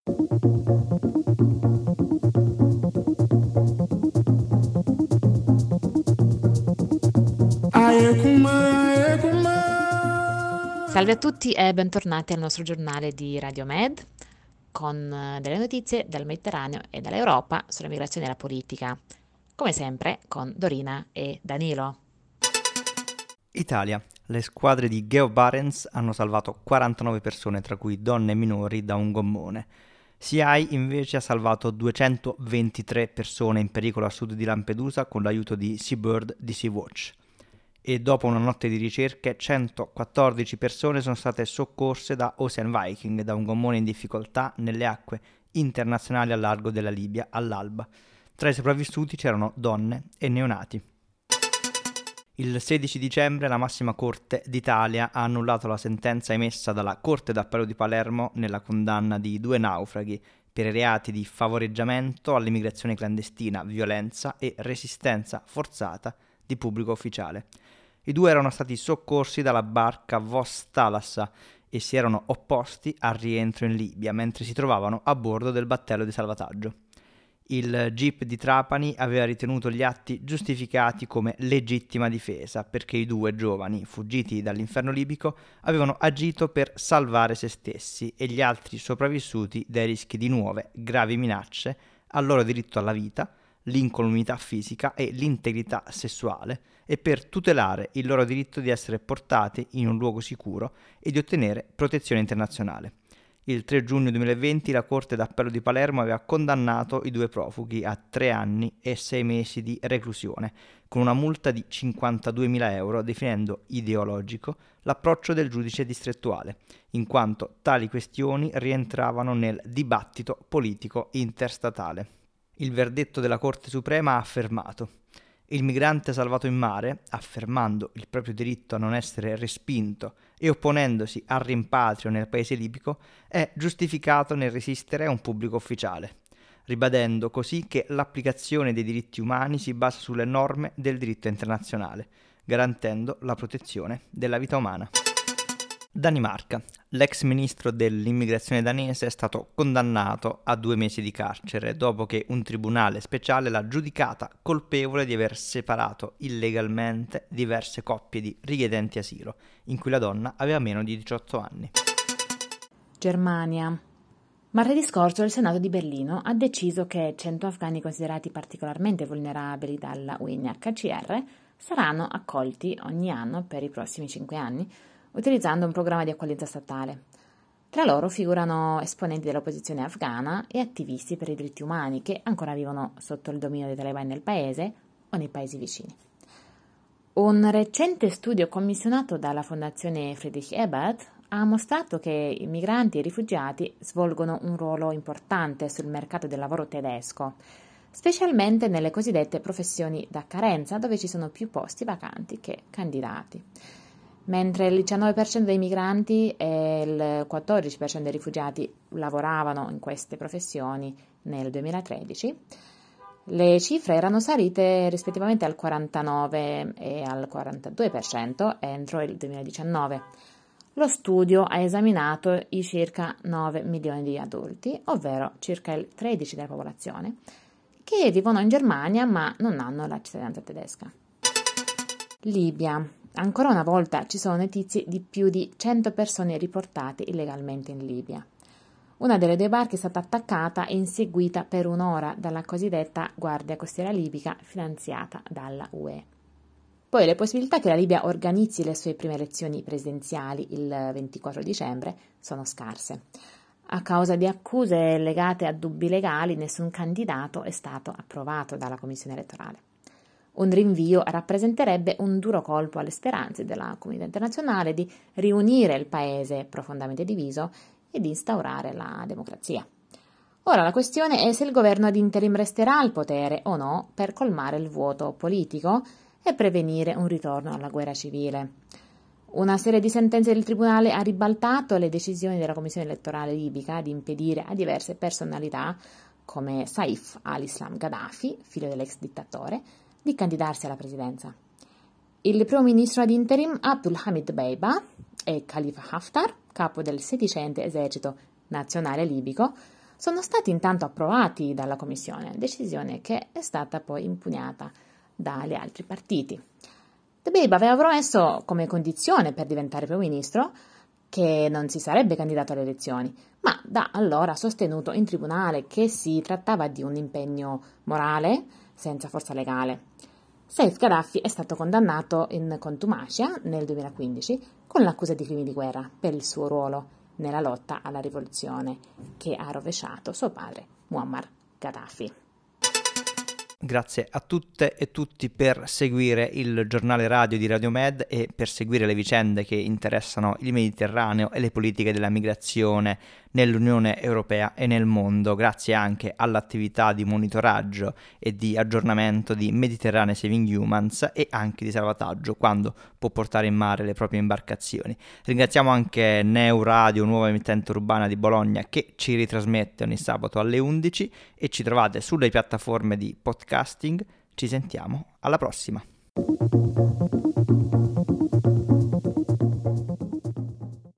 Salve a tutti e bentornati al nostro giornale di Radio Med con delle notizie dal Mediterraneo e dall'Europa sulla migrazione e la politica. Come sempre con Dorina e Danilo. Italia. Le squadre di Geo Barents hanno salvato 49 persone, tra cui donne e minori, da un gommone. SIAE invece ha salvato 223 persone in pericolo a sud di Lampedusa con l'aiuto di Seabird di Sea-Watch. E dopo una notte di ricerche, 114 persone sono state soccorse da Ocean Viking, da un gommone in difficoltà nelle acque internazionali a largo della Libia all'alba. Tra i sopravvissuti c'erano donne e neonati. Il 16 dicembre la massima corte d'Italia ha annullato la sentenza emessa dalla Corte d'Appello di Palermo nella condanna di 2 naufraghi per i reati di favoreggiamento all'immigrazione clandestina, violenza e resistenza forzata di pubblico ufficiale. I 2 erano stati soccorsi dalla barca Vos Thalassa e si erano opposti al rientro in Libia mentre si trovavano a bordo del battello di salvataggio. Il GIP di Trapani aveva ritenuto gli atti giustificati come legittima difesa perché i 2 giovani, fuggiti dall'inferno libico, avevano agito per salvare se stessi e gli altri sopravvissuti dai rischi di nuove, gravi minacce al loro diritto alla vita, l'incolumità fisica e l'integrità sessuale e per tutelare il loro diritto di essere portati in un luogo sicuro e di ottenere protezione internazionale. Il 3 giugno 2020 la Corte d'Appello di Palermo aveva condannato i 2 profughi a 3 anni e 6 mesi di reclusione, con una multa di 52.000 euro, definendo ideologico l'approccio del giudice distrettuale, in quanto tali questioni rientravano nel dibattito politico interstatale. Il verdetto della Corte Suprema ha affermato: il migrante salvato in mare, affermando il proprio diritto a non essere respinto e opponendosi al rimpatrio nel paese libico, è giustificato nel resistere a un pubblico ufficiale, ribadendo così che l'applicazione dei diritti umani si basa sulle norme del diritto internazionale, garantendo la protezione della vita umana. Danimarca. L'ex ministro dell'immigrazione danese è stato condannato a 2 mesi di carcere dopo che un tribunale speciale l'ha giudicata colpevole di aver separato illegalmente diverse coppie di richiedenti asilo, in cui la donna aveva meno di 18 anni. Germania. Martedì scorso il Senato di Berlino ha deciso che 100 afghani considerati particolarmente vulnerabili dalla UNHCR saranno accolti ogni anno per i prossimi 5 anni, utilizzando un programma di accoglienza statale. Tra loro figurano esponenti dell'opposizione afghana e attivisti per i diritti umani che ancora vivono sotto il dominio dei talebani nel paese o nei paesi vicini. Un recente studio commissionato dalla Fondazione Friedrich Ebert ha mostrato che i migranti e i rifugiati svolgono un ruolo importante sul mercato del lavoro tedesco, specialmente nelle cosiddette professioni da carenza, dove ci sono più posti vacanti che candidati. Mentre il 19% dei migranti e il 14% dei rifugiati lavoravano in queste professioni nel 2013, le cifre erano salite rispettivamente al 49% e al 42% entro il 2019. Lo studio ha esaminato i circa 9 milioni di adulti, ovvero circa il 13% della popolazione, che vivono in Germania ma non hanno la cittadinanza tedesca. Libia. Ancora una volta ci sono notizie di più di 100 persone riportate illegalmente in Libia. Una delle 2 barche è stata attaccata e inseguita per un'ora dalla cosiddetta Guardia Costiera Libica finanziata dalla UE. Poi le possibilità che la Libia organizzi le sue prime elezioni presidenziali il 24 dicembre sono scarse. A causa di accuse legate a dubbi legali, nessun candidato è stato approvato dalla Commissione elettorale. Un rinvio rappresenterebbe un duro colpo alle speranze della comunità internazionale di riunire il paese profondamente diviso e di instaurare la democrazia. Ora la questione è se il governo ad interim resterà al potere o no per colmare il vuoto politico e prevenire un ritorno alla guerra civile. Una serie di sentenze del tribunale ha ribaltato le decisioni della Commissione elettorale libica di impedire a diverse personalità, come Saif al-Islam Gaddafi, figlio dell'ex dittatore, di candidarsi alla presidenza. Il primo ministro ad interim Abdul Hamid Dbeibeh e Khalifa Haftar, capo del sedicente esercito nazionale libico, sono stati intanto approvati dalla Commissione, decisione che è stata poi impugnata dagli altri partiti. Dbeibeh aveva promesso come condizione per diventare primo ministro che non si sarebbe candidato alle elezioni, ma da allora ha sostenuto in tribunale che si trattava di un impegno morale senza forza legale. Saif Gaddafi è stato condannato in contumacia nel 2015 con l'accusa di crimini di guerra per il suo ruolo nella lotta alla rivoluzione che ha rovesciato suo padre Muammar Gaddafi. Grazie a tutte e tutti per seguire il giornale radio di Radio Med e per seguire le vicende che interessano il Mediterraneo e le politiche della migrazione nell'Unione Europea e nel mondo, grazie anche all'attività di monitoraggio e di aggiornamento di Mediterranea Saving Humans e anche di salvataggio quando può portare in mare le proprie imbarcazioni. Ringraziamo anche Neu Radio, nuova emittente urbana di Bologna, che ci ritrasmette ogni sabato alle 11 e ci trovate sulle piattaforme di podcasting. Ci sentiamo alla prossima.